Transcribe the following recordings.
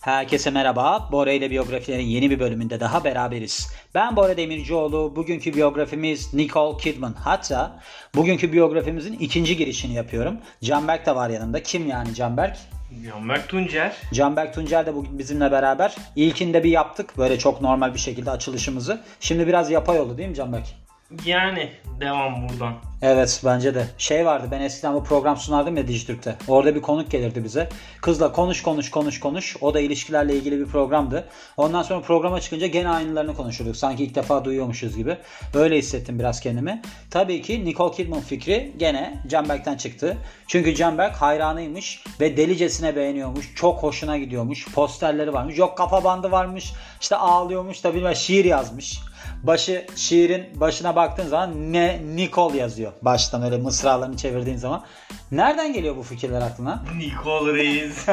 Herkese merhaba. Bora ile biyografilerin yeni bir bölümünde daha beraberiz. Ben Bora Demircioğlu. Bugünkü biyografimiz Nicole Kidman. Hatta bugünkü biyografimizin ikinci girişini yapıyorum. Canberk de var yanımda. Kim yani Canberk? Canberk Tuncer. Canberk Tuncer de bugün bizimle beraber. İlkinde bir yaptık. Böyle çok normal bir şekilde açılışımızı. Şimdi biraz yapay oldu değil mi Canberk? Yani devam buradan. Evet bence de. Şey vardı, ben eskiden bu program sunardım ya Dijitürk'te. Orada bir konuk gelirdi bize. Kızla konuş. O da ilişkilerle ilgili bir programdı. Ondan sonra programa çıkınca gene aynılarını konuşurduk. Sanki ilk defa duyuyormuşuz gibi. Öyle hissettim biraz kendimi. Tabii ki Nicole Kidman fikri gene Canberk'ten çıktı. Çünkü Canberk hayranıymış ve delicesine beğeniyormuş. Çok hoşuna gidiyormuş. Posterleri varmış. Yok kafa bandı varmış. İşte ağlıyormuş da bilmem şiir yazmış. Şiirin başına baktığın zaman Nicole yazıyor. Baştan öyle mısralarını çevirdiğin zaman. Nereden geliyor bu fikirler aklına? Nicole Reis.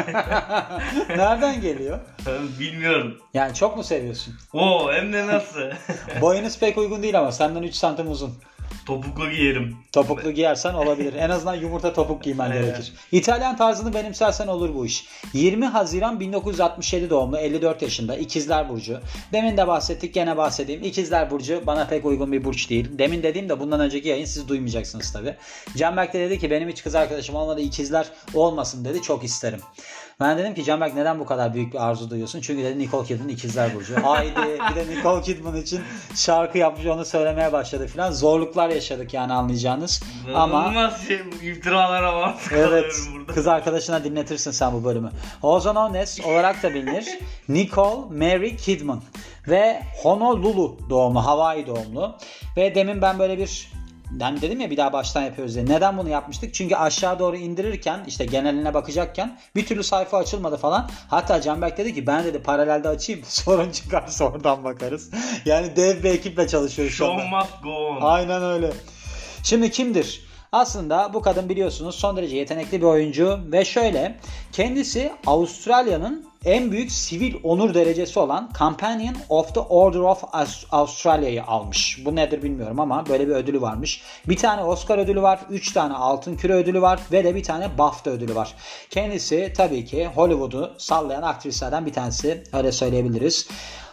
Nereden geliyor? Bilmiyorum. Yani çok mu seviyorsun? Hem de nasıl? Boyunuz pek uygun değil ama senden 3 santim uzun. Topuklu giyerim. Topuklu giyersen olabilir. En azından yumurta topuk giymen gerekir. İtalyan tarzını benimsersen olur bu iş. 20 Haziran 1967 doğumlu, 54 yaşında, İkizler Burcu. Demin de bahsettik, gene bahsedeyim. İkizler Burcu bana pek uygun bir burç değil. Demin dediğim de bundan önceki yayın, siz duymayacaksınız tabii. Canberk de dedi ki benim hiç kız arkadaşım olmadı, ikizler olmasın dedi, çok isterim. Ben dedim ki Canberk neden bu kadar büyük bir arzu duyuyorsun? Çünkü dedi Nicole Kidman İkizler Burcu. Haydi bir de Nicole Kidman için şarkı yapmış, onu söylemeye başladı filan. Zorluklar yaşadık yani, anlayacağınız. Ama iftiralara var. Evet, kız arkadaşına dinletirsin sen bu bölümü. Ozan Ones olarak da bilinir. Nicole Mary Kidman ve Honolulu doğumlu, Hawaii doğumlu. Ve demin ben böyle dedim ya bir daha baştan yapıyoruz diye. Neden bunu yapmıştık? Çünkü aşağı doğru indirirken, işte geneline bakacakken bir türlü sayfa açılmadı falan. Hatta Canberk dedi ki ben dedi paralelde açayım, sorun çıkarsa oradan bakarız. Yani dev bir ekiple çalışıyoruz şu anda. Show must go on. Aynen öyle. Şimdi kimdir? Aslında bu kadın biliyorsunuz son derece yetenekli bir oyuncu ve şöyle, kendisi Avustralya'nın en büyük sivil onur derecesi olan Companion of the Order of Australia'yı almış. Bu nedir bilmiyorum ama böyle bir ödülü varmış. Bir tane Oscar ödülü var, 3 tane Altın Küre ödülü var ve de bir tane BAFTA ödülü var. Kendisi tabii ki Hollywood'u sallayan aktrislerden bir tanesi, öyle söyleyebiliriz.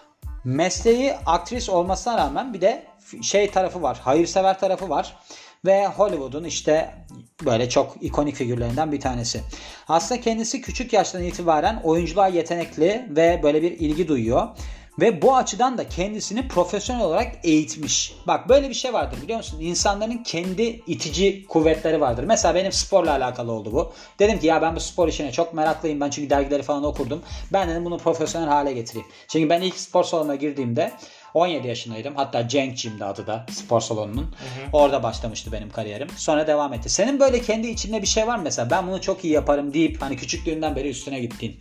Mesleği aktris olmasına rağmen bir de tarafı var, hayırsever tarafı var. Ve Hollywood'un işte böyle çok ikonik figürlerinden bir tanesi. Aslında kendisi küçük yaştan itibaren oyunculuğa yetenekli ve böyle bir ilgi duyuyor. Ve bu açıdan da kendisini profesyonel olarak eğitmiş. Bak böyle bir şey vardır biliyor musun? İnsanların kendi itici kuvvetleri vardır. Mesela benim sporla alakalı oldu bu. Dedim ki ya ben bu spor işine çok meraklıyım. Ben çünkü dergileri falan okurdum. Ben dedim bunu profesyonel hale getireyim. Çünkü ben ilk spor salonuna girdiğimde 17 yaşındaydım. Hatta Cenk Gym'di adı da spor salonunun. Orada başlamıştı benim kariyerim. Sonra devam etti. Senin böyle kendi içinde bir şey var mı mesela? Ben bunu çok iyi yaparım deyip hani küçüklüğünden beri üstüne gittiğin.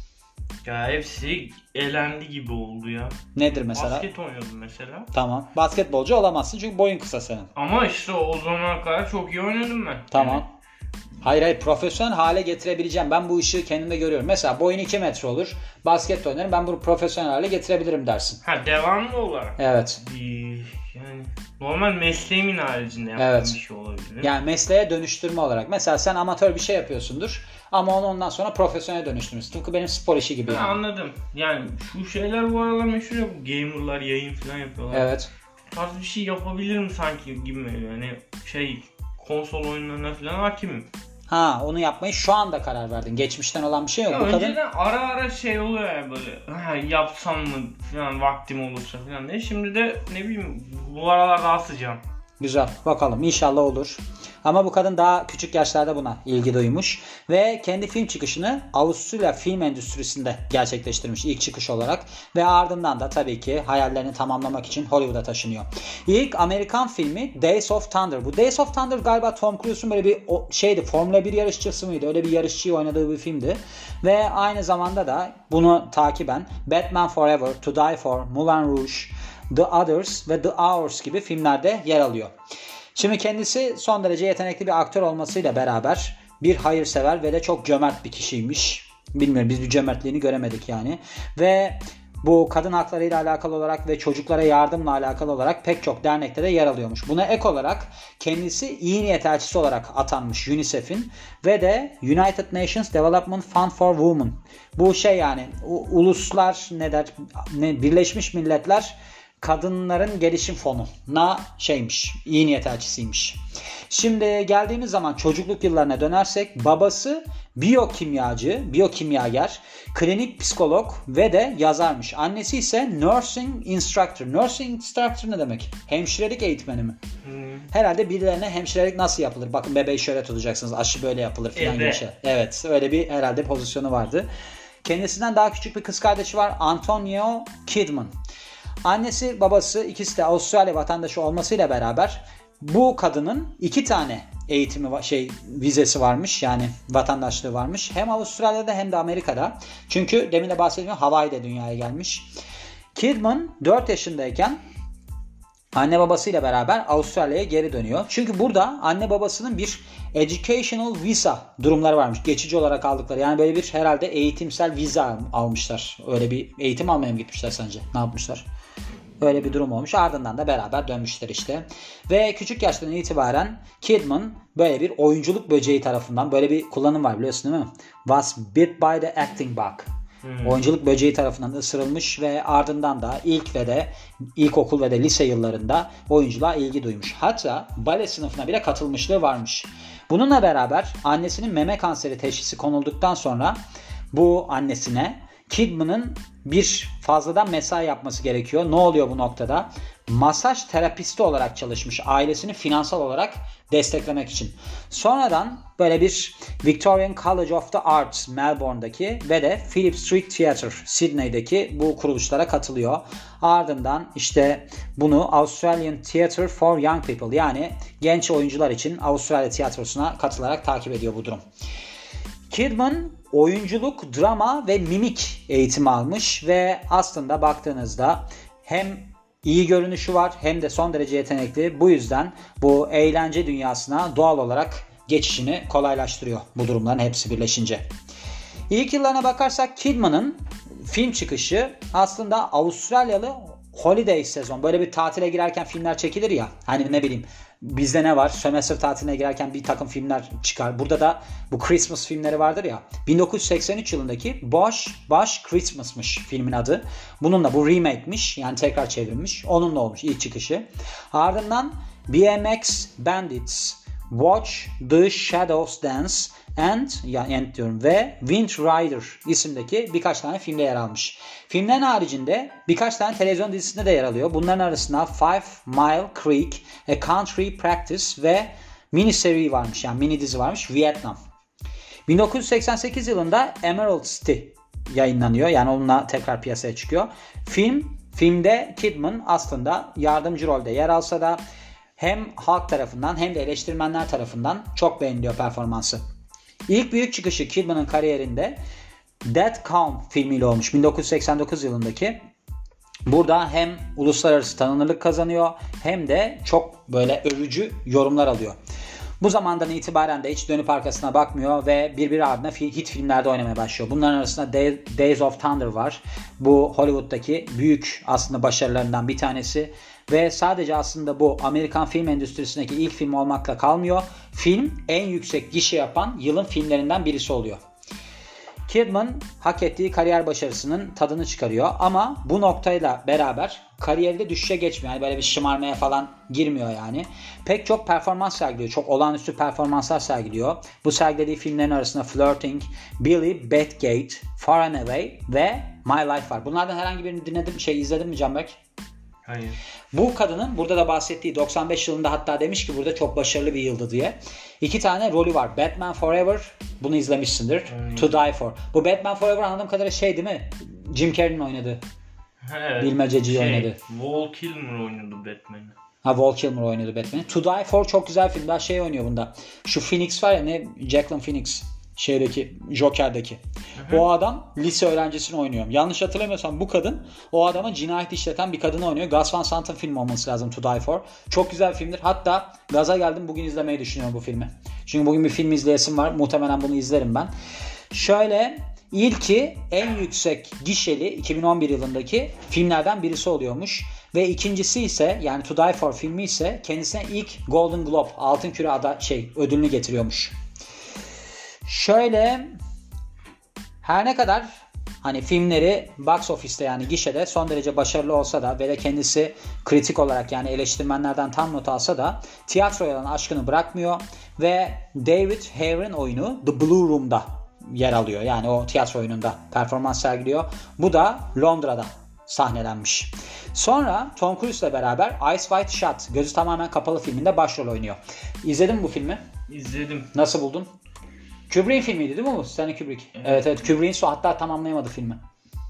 Ya hepsi elendi gibi oldu ya. Nedir mesela? Basket oynuyordum mesela. Tamam. Basketbolcu olamazsın çünkü boyun kısa senin. Ama işte o zamana kadar çok iyi oynadım ben. Tamam. Yani. Hayır profesyonel hale getirebileceğim. Ben bu ışığı kendimde görüyorum. Mesela boyun 2 metre olur. Basket oynarım. Ben bunu profesyonel hale getirebilirim dersin. Devamlı olarak. Evet. Yani normal mesleğimin haricinde yaptığım bir şey olabilir. Yani mesleğe dönüştürme olarak. Mesela sen amatör bir şey yapıyorsundur. Ama onu ondan sonra profesyonel dönüştürmüşsün. Tıpkı benim spor işi gibi yani. Anladım. Yani şu şeyler bu aralar meşhur ya. Gamerlar yayın falan yapıyorlar. Evet. Bu tarz bir şey yapabilirim sanki gibi mi? Yani konsol oyunlarına falan hakimim. Onu yapmayı şu anda karar verdin. Geçmişten olan bir şey yok. Ya bu önceden ara oluyor ya böyle yapsam mı falan vaktim olursa falan diye. Şimdi de ne bileyim bu aralar daha sıcağım. Güzel. Bakalım inşallah olur. Ama bu kadın daha küçük yaşlarda buna ilgi duymuş. Ve kendi film çıkışını Avusturya film endüstrisinde gerçekleştirmiş ilk çıkış olarak. Ve ardından da tabii ki hayallerini tamamlamak için Hollywood'a taşınıyor. İlk Amerikan filmi Days of Thunder. Bu Days of Thunder galiba Tom Cruise'un böyle bir Formula 1 yarışçısı mıydı? Öyle bir yarışçıyı oynadığı bir filmdi. Ve aynı zamanda da bunu takiben Batman Forever, To Die For, Moulin Rouge, The Others ve The Hours gibi filmlerde yer alıyor. Şimdi kendisi son derece yetenekli bir aktör olmasıyla beraber bir hayırsever ve de çok cömert bir kişiymiş. Bilmiyorum, biz bir cömertliğini göremedik yani. Ve bu kadın haklarıyla alakalı olarak ve çocuklara yardımla alakalı olarak pek çok dernekte de yer alıyormuş. Buna ek olarak kendisi iyi niyet elçisi olarak atanmış UNICEF'in ve de United Nations Development Fund for Women. Bu yani uluslar Birleşmiş Milletler Kadınların Gelişim Fonu'na iyi niyet elçisiymiş. Şimdi geldiğimiz zaman çocukluk yıllarına dönersek babası biyokimyager, klinik psikolog ve de yazarmış. Annesi ise nursing instructor. Nursing instructor ne demek? Hemşirelik eğitmeni mi? Herhalde birilerine hemşirelik nasıl yapılır? Bakın bebeği şöyle tutacaksınız, aşı böyle yapılır falan gibi şey. Evet, öyle bir herhalde pozisyonu vardı. Kendisinden daha küçük bir kız kardeşi var, Antonio Kidman. Annesi babası ikisi de Avustralya vatandaşı olmasıyla beraber bu kadının 2 tane eğitimi vizesi varmış, yani vatandaşlığı varmış. Hem Avustralya'da hem de Amerika'da. Çünkü demin de bahsettiğim Hawaii'de dünyaya gelmiş. Kidman 4 yaşındayken anne babasıyla beraber Avustralya'ya geri dönüyor. Çünkü burada anne babasının bir educational visa durumları varmış. Geçici olarak aldıkları. Yani böyle bir herhalde eğitimsel viza almışlar. Öyle bir eğitim almaya mı gitmişler sence? Ne yapmışlar? Öyle bir durum olmuş. Ardından da beraber dönmüşler işte. Ve küçük yaştan itibaren Kidman böyle bir oyunculuk böceği tarafından, böyle bir kullanım var biliyorsun değil mi? Was bit by the acting bug. Oyunculuk böceği tarafından ısırılmış ve ardından da ilkokul ve de lise yıllarında oyunculuğa ilgi duymuş. Hatta bale sınıfına bile katılmışlığı varmış. Bununla beraber annesinin meme kanseri teşhisi konulduktan sonra bu annesine Kidman'ın bir fazladan mesai yapması gerekiyor. Ne oluyor bu noktada? Masaj terapisti olarak çalışmış, ailesini finansal olarak desteklemek için. Sonradan böyle bir Victorian College of the Arts Melbourne'daki ve de Phillip Street Theatre Sydney'deki bu kuruluşlara katılıyor. Ardından işte bunu Australian Theatre for Young People, yani genç oyuncular için Avustralya tiyatrosuna katılarak takip ediyor bu durum. Kidman oyunculuk, drama ve mimik eğitimi almış ve aslında baktığınızda hem iyi görünüşü var hem de son derece yetenekli. Bu yüzden bu eğlence dünyasına doğal olarak geçişini kolaylaştırıyor bu durumların hepsi birleşince. İlk yıllarına bakarsak Kidman'ın film çıkışı aslında Avustralyalı holiday sezon, böyle bir tatile girerken filmler çekilir ya, hani ne bileyim bizde ne var, sömestr tatiline girerken bir takım filmler çıkar. Burada da bu Christmas filmleri vardır ya. 1983 yılındaki Bosch Christmas'mış filmin adı. Bununla bu remake'miş, yani tekrar çevrilmiş. Onunla olmuş ilk çıkışı. Ardından BMX Bandits, Watch the Shadows Dance ve Wind Rider isimdeki birkaç tane filmde yer almış. Filmlerin haricinde birkaç tane televizyon dizisinde de yer alıyor. Bunların arasında Five Mile Creek, A Country Practice ve mini seri varmış, yani mini dizi varmış, Vietnam. 1988 yılında Emerald City yayınlanıyor. Yani onunla tekrar piyasaya çıkıyor. Filmde Kidman aslında yardımcı rolde yer alsa da hem halk tarafından hem de eleştirmenler tarafından çok beğeniliyor performansı. İlk büyük çıkışı Kidman'ın kariyerinde Dead Calm filmiyle olmuş, 1989 yılındaki. Burada hem uluslararası tanınırlık kazanıyor hem de çok böyle övücü yorumlar alıyor. Bu zamandan itibaren de hiç dönüp arkasına bakmıyor ve birbiri ardına hit filmlerde oynamaya başlıyor. Bunların arasında Days of Thunder var. Bu Hollywood'daki büyük aslında başarılarından bir tanesi. Ve sadece aslında bu Amerikan film endüstrisindeki ilk film olmakla kalmıyor. Film en yüksek gişe yapan yılın filmlerinden birisi oluyor. Kidman hak ettiği kariyer başarısının tadını çıkarıyor ama bu noktayla beraber kariyerde düşüşe geçmiyor. Yani böyle bir şımarmaya falan girmiyor yani. Pek çok performans sergiliyor. Çok olağanüstü performanslar sergiliyor. Bu sergilediği filmlerin arasında Flirting, Billy Batgate, Far and Away ve My Life var. Bunlardan herhangi birini izledin mi Canberk? Hayır. Bu kadının burada da bahsettiği 95 yılında hatta demiş ki burada çok başarılı bir yıldı diye. 2 tane rolü var. Batman Forever, bunu izlemişsindir. To Die For. Bu Batman Forever anladığım kadarıyla değil mi? Jim Carrey'nin oynadığı. Evet. Bilmececiyi oynadı. Val Kilmer oynadı Batman'i. Val Kilmer oynadı Batman'i. To Die For çok güzel film. Daha oynuyor bunda. Şu Phoenix var ya, ne? Jacqueline Phoenix. Joker'daki. O adam lise öğrencisini oynuyor. Yanlış hatırlamıyorsam bu kadın o adama cinayet işleten bir kadını oynuyor. Gus Van Sant'ın filmi olması lazım, To Die For. Çok güzel bir filmdir. Hatta gaza geldim, bugün izlemeyi düşünüyorum bu filmi. Çünkü bugün bir film izleyesim var. Muhtemelen bunu izlerim ben. Şöyle ilki en yüksek gişeli 2011 yılındaki filmlerden birisi oluyormuş. Ve ikincisi ise yani To Die For filmi ise kendisine ilk Golden Globe Altın Küre ödülünü getiriyormuş. Şöyle, her ne kadar hani filmleri box office'te yani gişede son derece başarılı olsa da ve de kendisi kritik olarak yani eleştirmenlerden tam not alsa da tiyatroya olan aşkını bırakmıyor ve David Hayer'in oyunu The Blue Room'da yer alıyor. Yani o tiyatro oyununda performans sergiliyor. Bu da Londra'da sahnelenmiş. Sonra Tom Cruise'la beraber Eyes Wide Shut, gözü tamamen kapalı filminde başrol oynuyor. İzledin mi bu filmi? İzledim. Nasıl buldun? Kubrick'in filmiydi değil mi bu? Stanley Kubrick. Evet. Kubrick'in hatta tamamlayamadı filmi.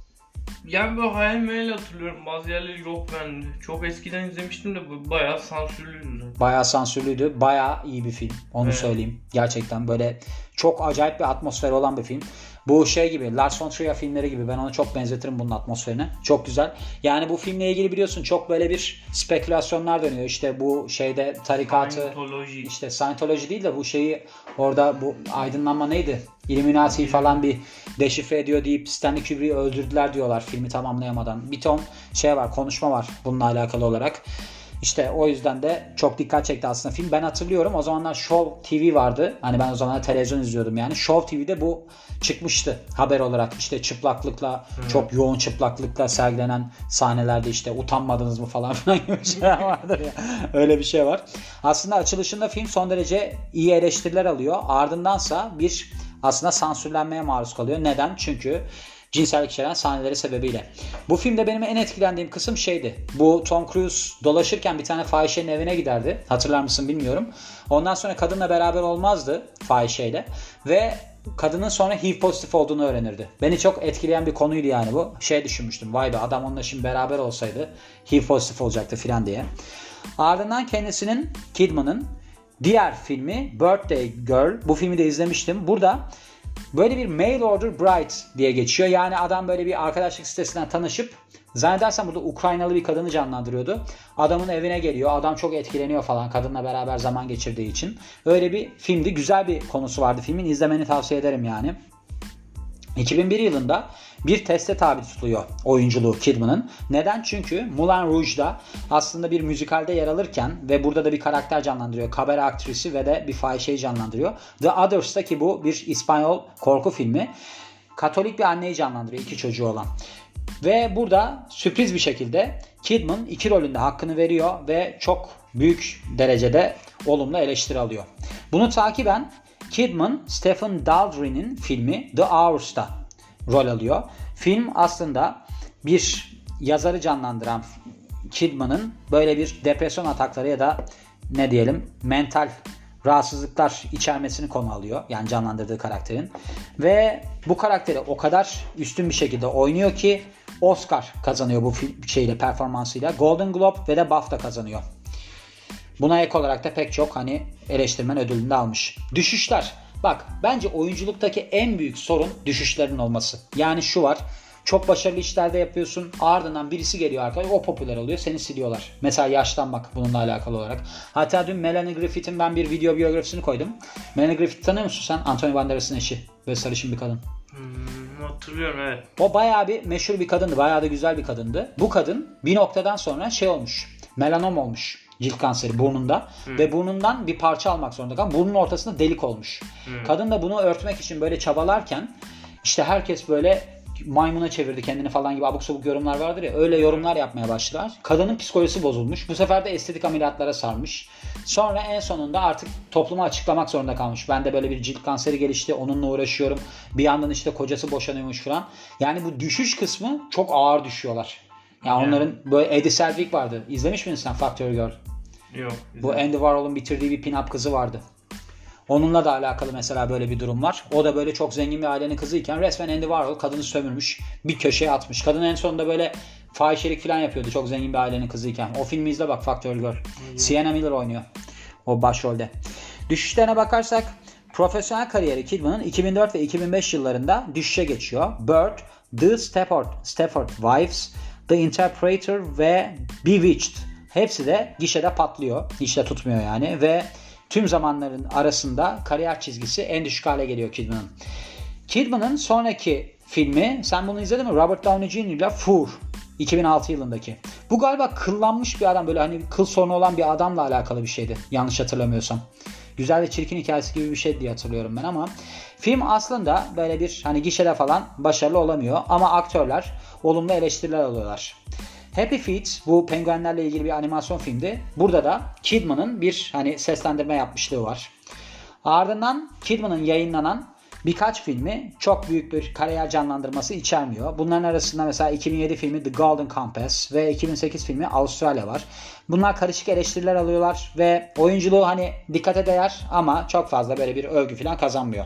Yani böyle hayal meyal hatırlıyorum. Bazı yerleri yok bende. Çok eskiden izlemiştim de bayağı sansürlüydü. Bayağı sansürlüydü. Bayağı iyi bir film. Onu söyleyeyim. Gerçekten böyle çok acayip bir atmosferi olan bir film. Bu şey gibi, Lars von Trier filmleri gibi. Ben onu çok benzetirim bunun atmosferine. Çok güzel. Yani bu filmle ilgili biliyorsun çok böyle bir spekülasyonlar dönüyor. İşte bu şeyde tarikatı... Scientology. İşte Scientology değil de bu şeyi orada bu aydınlanma neydi? Illuminati'yi falan bir deşifre ediyor deyip Stanley Kubrick'i öldürdüler diyorlar filmi tamamlayamadan. Bir ton şey var, konuşma var bununla alakalı olarak. İşte o yüzden de çok dikkat çekti aslında film. Ben hatırlıyorum o zamanlar Show TV vardı. Hani ben o zamanlar televizyon izliyordum yani. Show TV'de bu çıkmıştı haber olarak. İşte çıplaklıkla, çok yoğun çıplaklıkla sergilenen sahnelerde işte utanmadınız mı falan filan gibi şeyler vardır ya. Öyle bir şey var. Aslında açılışında film son derece iyi eleştiriler alıyor. Ardındansa bir aslında sansürlenmeye maruz kalıyor. Neden? Çünkü cinsellik içeren sahneleri sebebiyle. Bu filmde benim en etkilendiğim kısım şeydi. Bu Tom Cruise dolaşırken bir tane fahişenin evine giderdi. Hatırlar mısın bilmiyorum. Ondan sonra kadınla beraber olmazdı fahişeyle. Ve kadının sonra HIV pozitif olduğunu öğrenirdi. Beni çok etkileyen bir konuydu yani bu. Şey düşünmüştüm. Vay be adam onunla şimdi beraber olsaydı HIV pozitif olacaktı filan diye. Ardından kendisinin Kidman'ın diğer filmi Birthday Girl. Bu filmi de izlemiştim. Burada böyle bir mail order bride diye geçiyor. Yani adam böyle bir arkadaşlık sitesinden tanışıp zannedersem burada Ukraynalı bir kadını canlandırıyordu. Adamın evine geliyor. Adam çok etkileniyor falan kadınla beraber zaman geçirdiği için. Öyle bir filmdi. Güzel bir konusu vardı filmin. İzlemeni tavsiye ederim yani. 2001 yılında bir teste tabi tutuluyor oyunculuğu Kidman'ın. Neden? Çünkü Moulin Rouge'da aslında bir müzikalde yer alırken ve burada da bir karakter canlandırıyor. Kabare aktrisi ve de bir fahişeyi canlandırıyor. The Others'ta ki bu bir İspanyol korku filmi. Katolik bir anneyi canlandırıyor. 2 çocuğu olan. Ve burada sürpriz bir şekilde Kidman 2 rolünde hakkını veriyor ve çok büyük derecede olumlu eleştiri alıyor. Bunu takiben Kidman, Stephen Daldry'nin filmi The Hours'ta rol alıyor. Film aslında bir yazarı canlandıran Kidman'ın böyle bir depresyon atakları ya da ne diyelim mental rahatsızlıklar içermesini konu alıyor. Yani canlandırdığı karakterin. Ve bu karakteri o kadar üstün bir şekilde oynuyor ki Oscar kazanıyor bu performansıyla. Golden Globe ve de BAFTA kazanıyor. Buna ek olarak da pek çok eleştirmen ödülünü de almış. Düşüşler. Bak bence oyunculuktaki en büyük sorun düşüşlerin olması. Yani şu var. Çok başarılı işlerde yapıyorsun. Ardından birisi geliyor arkadaş. O popüler oluyor. Seni siliyorlar. Mesela yaşlanmak bununla alakalı olarak. Hatta dün Melanie Griffith'in ben bir video biyografisini koydum. Melanie Griffith tanıyor musun sen? Anthony Banderas'ın eşi. Ve sarışın bir kadın. Hatırlıyorum evet. O bayağı bir meşhur bir kadındı. Bayağı da güzel bir kadındı. Bu kadın bir noktadan sonra olmuş. Melanom olmuş. Cilt kanseri burnunda. Ve burnundan bir parça almak zorunda kalmış. Burnun ortasında delik olmuş. Kadın da bunu örtmek için böyle çabalarken işte herkes böyle maymuna çevirdi kendini falan gibi abuk sabuk yorumlar vardır ya. Öyle yorumlar yapmaya başladılar. Kadının psikolojisi bozulmuş. Bu sefer de estetik ameliyatlara sarmış. Sonra en sonunda artık topluma açıklamak zorunda kalmış. Ben de böyle bir cilt kanseri gelişti. Onunla uğraşıyorum. Bir yandan işte kocası boşanıyormuş falan. Yani bu düşüş kısmı çok ağır düşüyorlar. Yani onların böyle Eddie Sedgwick vardı. İzlemiş miydin sen Factory Girl? Yok. Bu Andy Warhol'un bitirdiği bir pin-up kızı vardı. Onunla da alakalı mesela böyle bir durum var. O da böyle çok zengin bir ailenin kızıyken resmen Andy Warhol kadını sömürmüş. Bir köşeye atmış. Kadın en sonunda böyle fahişelik falan yapıyordu. Çok zengin bir ailenin kızıyken. O filmi izle bak Factory Girl. Sienna Miller oynuyor. O başrolde. Düşüşlerine bakarsak profesyonel kariyeri Kidman'ın 2004 ve 2005 yıllarında düşüşe geçiyor. Bird, The Stepford Wives, The Interpreter ve Bewitched. Hepsi de gişede patlıyor. Hiç de tutmuyor yani ve tüm zamanların arasında kariyer çizgisi en düşük hale geliyor Kidman'ın. Kidman'ın sonraki filmi, sen bunu izledin mi? Robert Downey Jr. ile Fuhr. 2006 yılındaki. Bu galiba kıllanmış bir adam, böyle hani kıl sorunu olan bir adamla alakalı bir şeydi. Yanlış hatırlamıyorsam. Güzel ve Çirkin hikayesi gibi bir şey diye hatırlıyorum ben ama film aslında böyle bir hani gişede falan başarılı olamıyor ama aktörler olumlu eleştiriler alıyorlar. Happy Feet bu penguenlerle ilgili bir animasyon filmdi. Burada da Kidman'ın bir hani seslendirme yapmışlığı var. Ardından Kidman'ın yayınlanan birkaç filmi çok büyük bir kariyer canlandırması içermiyor. Bunların arasında mesela 2007 filmi The Golden Compass ve 2008 filmi Avustralya var. Bunlar karışık eleştiriler alıyorlar ve oyunculuğu hani dikkate değer ama çok fazla böyle bir övgü falan kazanmıyor.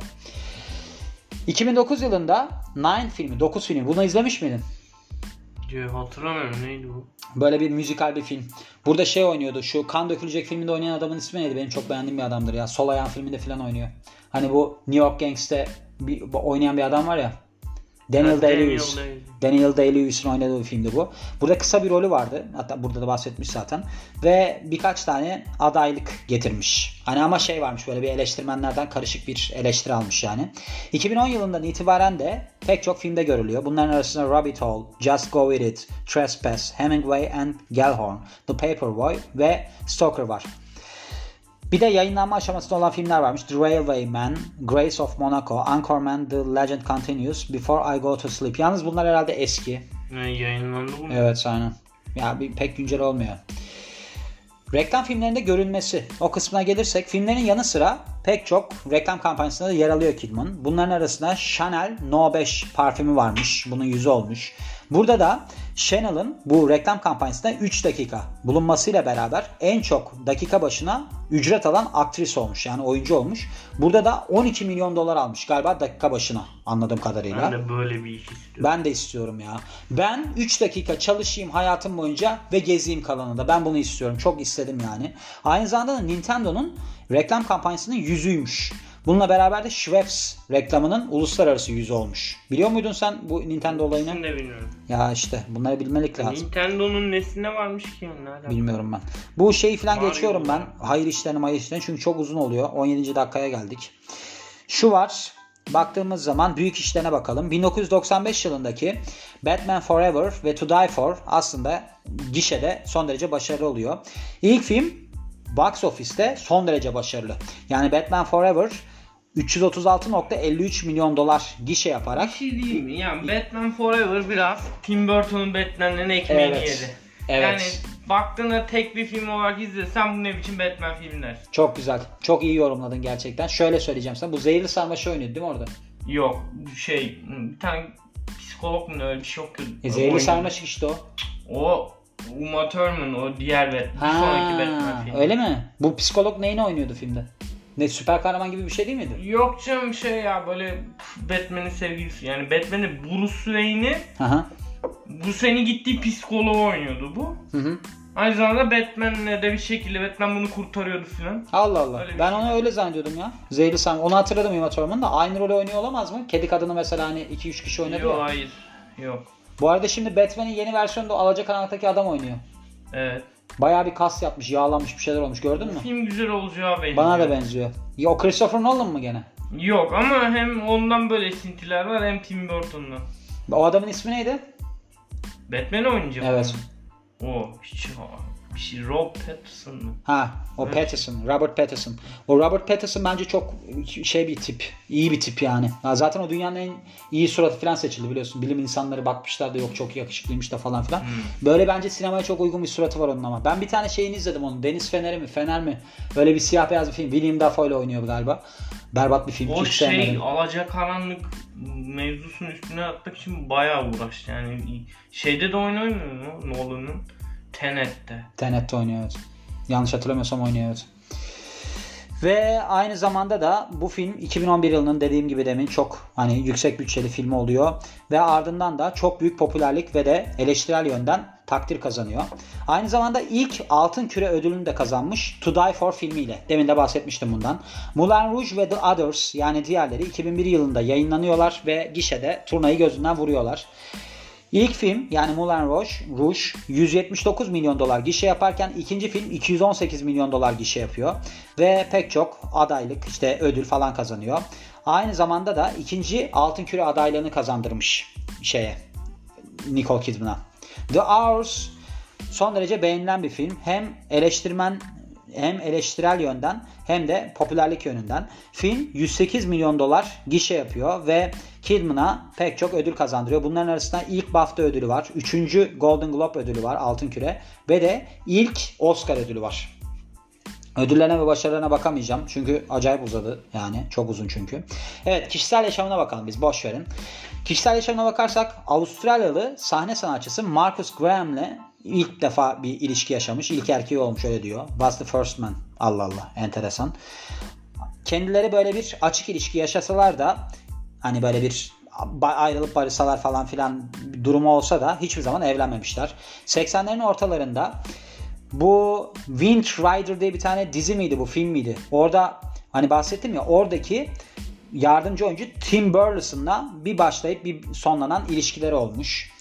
2009 yılında Nine filmi, 9 filmi, bunu izlemiş miydin? Hatırlamıyorum, neydi bu? Böyle bir müzikal bir film. Burada şey oynuyordu, şu Kan Dökülecek filminde oynayan adamın ismi neydi? Benim çok beğendiğim bir adamdır ya. Sol Ayağın filminde falan oynuyor. Hani bu New York Gangs'te oynayan bir adam var ya. Daniel Day-Lewis. Daniel Day-Lewis'in oynadığı bir filmdi bu. Burada kısa bir rolü vardı. Hatta burada da bahsetmiş zaten. Ve birkaç tane adaylık getirmiş. Hani ama şey varmış, böyle bir eleştirmenlerden karışık bir eleştiri almış yani. 2010 yılından itibaren de pek çok filmde görülüyor. Bunların arasında Rabbit Hole, Just Go With It, Trespass, Hemingway and Gellhorn, The Paperboy ve Stalker var. Bir de yayınlanma aşamasında olan filmler varmış. The Railwayman, Grace of Monaco, Anchorman, The Legend Continues, Before I Go to Sleep. Yalnız bunlar herhalde eski. Yayınlandı mı? Evet, aynen. Ya pek güncel olmuyor. Reklam filmlerinde görünmesi. O kısmına gelirsek, filmlerin yanı sıra pek çok reklam kampanyasında da yer alıyor Kidman. Bunların arasında Chanel No 5 parfümü varmış. Bunun yüzü olmuş. Burada da Chanel'ın bu reklam kampanyasında 3 dakika bulunmasıyla beraber en çok dakika başına ücret alan aktris olmuş. Yani oyuncu olmuş. Burada da 12 milyon dolar almış galiba dakika başına, anladığım kadarıyla. Ben de böyle bir iş istiyorum. Ben de istiyorum ya. Ben 3 dakika çalışayım hayatım boyunca ve gezeyim kalanında. Ben bunu istiyorum. Çok istedim yani. Aynı zamanda da Nintendo'nun reklam kampanyasının yüzüymüş. Bununla beraber de Schweppes reklamının uluslararası yüzü olmuş. Biliyor muydun sen bu Nintendo olayını? Ben de bilmiyorum. Ya işte bunları bilmelik lazım. Nintendo'nun nesine varmış ki yani? Bilmiyorum ben. Bu şeyi falan Mario geçiyorum ben. Hayır işlerini çünkü çok uzun oluyor. 17. dakikaya geldik. Şu var. Baktığımız zaman büyük işlerine bakalım. 1995 yılındaki Batman Forever ve To Die For aslında gişede son derece başarılı oluyor. İlk film box office'te son derece başarılı. Yani Batman Forever 336.53 milyon dolar gişe yaparak. Bir şey diyeyim mi? Yani Batman Forever biraz Tim Burton'un Batman'lerin ekmeğini yedi. Evet. Yani baktığında tek bir film olarak izlesen bu ne biçim Batman filmler? Çok güzel. Çok iyi yorumladın gerçekten. Şöyle söyleyeceğim sana. Bu Zehirli Sarmaşık oynuyordu değil mi orada? Yok. Bir tane psikolog mu, öyle bir şey yok. Zehirli Sarmaşık işte o. O Uma Thurman, o diğer Batman. Bir sonraki Batman filmi. Öyle mi? Bu psikolog neyini oynuyordu filmde? Ne, süper kahraman gibi bir şey değil miydi? Yok canım, ya böyle Batman'in sevgilisi. Yani Batman'in Bruce Wayne'i, Bruce Wayne'in gittiği psikoloğu oynuyordu bu. Hı. Aynı zamanda Batman'le de bir şekilde Batman bunu kurtarıyordu filan. Allah Allah. Ben onu öyle zannediyordum ya. Zehirli Sarmaşık. Onu hatırladım Uma Thurman da. Aynı rolü oynuyor olamaz mı? Kedi kadını mesela hani 2-3 kişi oynadı ya. Hayır. Yok. Bu arada şimdi Batman'in yeni versiyonunda Alacakaranlık'taki adam oynuyor. Evet. Bayağı bir kas yapmış, yağlanmış bir şeyler olmuş. Gördün mü? Film güzel olacağı benziyor. Bana da benziyor. Ya o Christopher Nolan mı gene? Yok ama hem ondan böyle esintiler var hem Tim Burton'dan. O adamın ismi neydi? Batman oynayacak. Evet. O bir şey Rob Pattinson mı? O evet. Pattinson, Robert Pattinson. O Robert Pattinson bence çok bir tip. İyi bir tip yani. Ya zaten o dünyanın en iyi suratı falan seçildi biliyorsun. Bilim insanları bakmışlar da yok çok yakışıklıymış da falan filan. Böyle bence sinemaya çok uygun bir suratı var onun ama. Ben bir tane şeyini izledim onun. Deniz Feneri mi? Fener mi? Öyle bir siyah beyaz bir film. William Dafoe ile oynuyor galiba. Berbat bir film. O Alacakaranlık mevzusunu üstüne atmak için bayağı uğraştı. Yani şeyde de oynuyor mu Nolan'ın? Tenet'te oynuyor evet. Yanlış hatırlamıyorsam oynuyor evet. Ve aynı zamanda da bu film 2011 yılının dediğim gibi demin çok hani yüksek bütçeli filmi oluyor. Ve ardından da çok büyük popülerlik ve de eleştirel yönden takdir kazanıyor. Aynı zamanda ilk Altın Küre ödülünü de kazanmış To Die For filmiyle. Demin de bahsetmiştim bundan. Moulin Rouge ve The Others yani diğerleri 2001 yılında yayınlanıyorlar ve gişede turnayı gözünden vuruyorlar. İlk film yani Moulin Rouge 179 milyon dolar gişe yaparken ikinci film 218 milyon dolar gişe yapıyor. Ve pek çok adaylık işte ödül falan kazanıyor. Aynı zamanda da ikinci Altın Küre adaylığını kazandırmış Nicole Kidman'a. The Hours son derece beğenilen bir film. Hem eleştirel yönden hem de popülerlik yönünden. Film 108 milyon dolar gişe yapıyor ve Kidman'a pek çok ödül kazandırıyor. Bunların arasında ilk BAFTA ödülü var. 3. Golden Globe ödülü var, Altın Küre. Ve de ilk Oscar ödülü var. Ödüllerine ve başarılarına bakamayacağım. Çünkü acayip uzadı. Yani çok uzun çünkü. Evet, kişisel yaşamına bakalım biz. Boş verin. Kişisel yaşamına bakarsak Avustralyalı sahne sanatçısı Marcus Graham'le ilk defa bir ilişki yaşamış. İlk erkeği olmuş, öyle diyor. Was the first man. Allah Allah. Enteresan. Kendileri böyle bir açık ilişki yaşasalar da hani böyle bir ayrılıp barışsalar falan filan bir durumu olsa da hiçbir zaman evlenmemişler. 80'lerin ortalarında bu Wind Rider diye bir tane dizi miydi, bu film miydi? Orada hani bahsettim ya, oradaki yardımcı oyuncu Tim Burleson'la bir başlayıp bir sonlanan ilişkileri olmuş.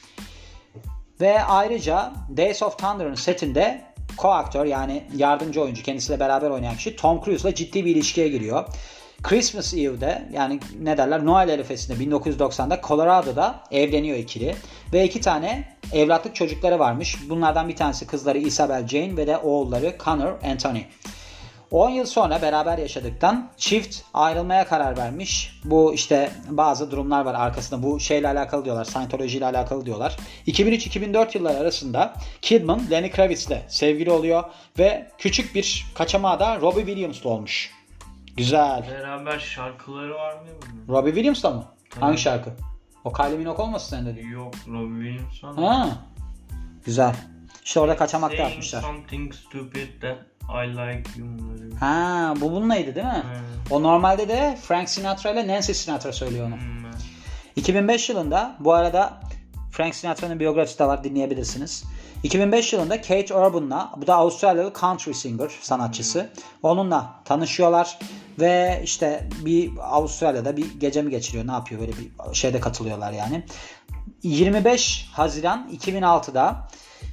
Ve ayrıca Days of Thunder'ın setinde co-aktör yani yardımcı oyuncu kendisiyle beraber oynayan kişi Tom Cruise'la ciddi bir ilişkiye giriyor. Christmas Eve'de yani ne derler Noel arifesinde 1990'da Colorado'da evleniyor ikili. Ve 2 tane evlatlık çocukları varmış. Bunlardan bir tanesi kızları Isabel Jane ve de oğulları Connor Anthony. 10 yıl sonra beraber yaşadıktan çift ayrılmaya karar vermiş. Bu işte bazı durumlar var arkasında. Bu şeyle alakalı diyorlar. Scientology ile alakalı diyorlar. 2003-2004 yılları arasında Kidman Lenny Kravitz'le sevgili oluyor ve küçük bir kaçamağı da Robbie Williams'la olmuş. Güzel. Beraber şarkıları var mı bunun? Robbie Williams'la mı? Tabii. Hangi şarkı? O Kylie Minogue olmasın sen dedi. Yok, Robbie Williams var. Ha. Güzel. İşte orada kaçamak da yapmışlar. Something stupid that I like you. Ha, bu bununlaydı değil mi? O normalde de Frank Sinatra ile Nancy Sinatra söylüyor onu. 2005 yılında bu arada Frank Sinatra'nın biyografisi de var, dinleyebilirsiniz. 2005 yılında Kate Urban'la, bu da Avustralyalı country singer sanatçısı. Onunla tanışıyorlar ve işte bir Avustralya'da bir gece mi geçiriyor, ne yapıyor, böyle bir şeyde katılıyorlar yani. 25 Haziran 2006'da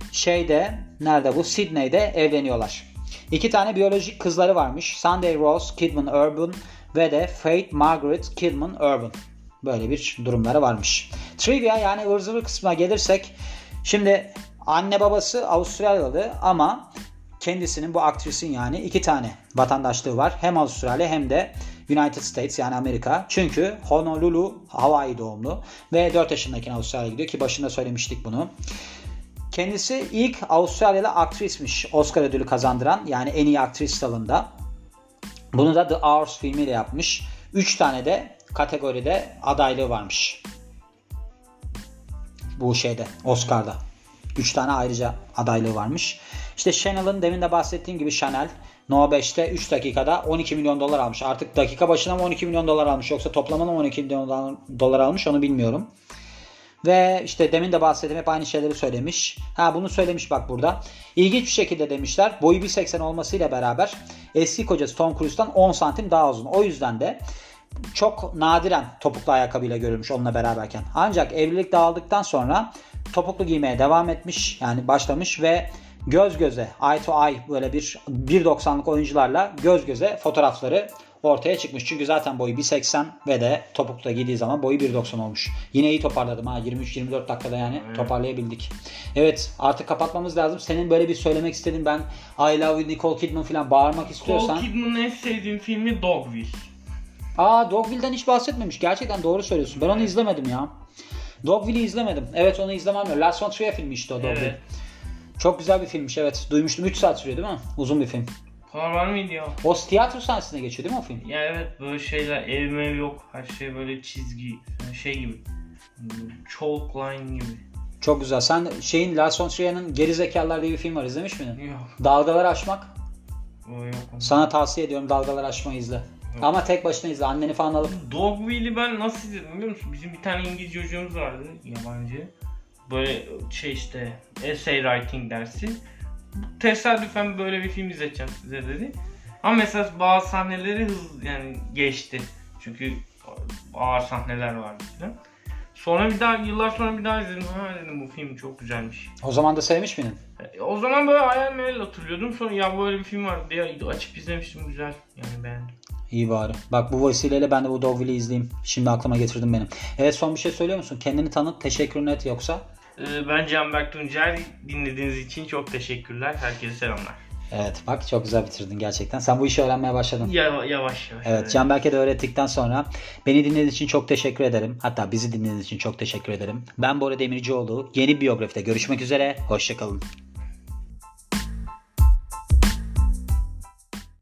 nerede bu? Sydney'de evleniyorlar. 2 tane biyolojik kızları varmış. Sunday Rose Kidman Urban ve de Faith Margaret Kidman Urban. Böyle bir durumları varmış. Trivia yani ıvır zıvır kısmına gelirsek, şimdi anne babası Avustralyalı ama kendisinin, bu aktrisin yani 2 tane vatandaşlığı var. Hem Avustralya hem de United States yani Amerika. Çünkü Honolulu, Hawaii doğumlu ve 4 yaşındayken Avustralya'ya gidiyor ki başında söylemiştik bunu. Kendisi ilk Avustralyalı aktrismiş Oscar ödülü kazandıran, yani en iyi aktris dalında. Bunu da The Hours filmiyle yapmış. 3 tane de kategoride adaylığı varmış. Bu Oscar'da. 3 tane ayrıca adaylığı varmış. İşte Chanel'ın demin de bahsettiğim gibi Chanel No 5'te 3 dakikada 12 milyon dolar almış. Artık dakika başına mı 12 milyon dolar almış yoksa toplamına mı 12 milyon dolar almış onu bilmiyorum. Ve işte demin de bahsettiğim hep aynı şeyleri söylemiş. Bunu söylemiş bak burada. İlginç bir şekilde demişler, boyu 1.80 olmasıyla beraber eski kocası Tom Cruise'dan 10 santim daha uzun. O yüzden de çok nadiren topuklu ayakkabıyla görülmüş onunla beraberken. Ancak evlilik dağıldıktan sonra topuklu giymeye devam etmiş. Yani başlamış ve göz göze, eye to eye böyle bir 1.90'lık oyuncularla göz göze fotoğrafları ortaya çıkmış. Çünkü zaten boyu 1.80 ve de topukla giydiği zaman boyu 1.90 olmuş. Yine iyi toparladım 23-24 dakikada yani toparlayabildik. Evet, artık kapatmamız lazım. Senin böyle bir söylemek istediğin, ben I love you Nicole Kidman falan bağırmak istiyorsan. Nicole Kidman'ın en sevdiğim filmi Dogville. Dogville'den hiç bahsetmemiş. Gerçekten doğru söylüyorsun. Ben onu izlemedim ya. Dogville'i izlemedim. Evet, onu izlemem. Lars von Trier filmi işte o Dogville. Evet. Çok güzel bir filmmiş, evet. Duymuştum. 3 saat sürüyor değil mi? Uzun bir film. Var mıydı ya? O tiyatro sahnesinde geçiyor değil mi o film? Ya evet, böyle şeyler, ev yok. Her şey böyle çizgi gibi. Chalk line gibi. Çok güzel. Sen Lars von Trier'in Gerizekalılar diye bir film var. İzlemiş miydin? Yok. Dalgaları Aşmak. O yok. Sana tavsiye ediyorum, Dalgaları Aşmayı izle. Yok. Ama tek başına izle. Anneni falan alıp. Dogville'i ben nasıl izledim biliyor musun? Bizim bir tane İngilizce hocamız vardı, yabancı. Böyle essay writing dersi. Tesadüfen böyle bir film izleteceğim size dedi. Ama mesela bazı sahneleri geçti. Çünkü ağır sahneler vardı falan. Sonra bir daha yıllar sonra bir daha izledim. Ha dedim bu film çok güzelmiş. O zaman da sevmiş miydin? O zaman böyle hayal meyal hatırlıyordum. Sonra ya böyle bir film var diye açıp izlemiştim, güzel. Yani beğendim. İyi bari. Bak bu vesileyle ben de bu Dogville'i izleyeyim. Şimdi aklıma getirdim benim. Evet, son bir şey söylüyor musun? Kendini tanıt, teşekkür et yoksa? Ben Canberk Tuncer. Dinlediğiniz için çok teşekkürler. Herkese selamlar. Evet bak çok güzel bitirdin gerçekten. Sen bu işi öğrenmeye başladın. Yavaş yavaş. Evet, Canberk'e de öğrettikten sonra beni dinlediğiniz için çok teşekkür ederim. Hatta bizi dinlediğiniz için çok teşekkür ederim. Ben Bora Demircioğlu. Yeni biyografide görüşmek üzere. Hoşçakalın.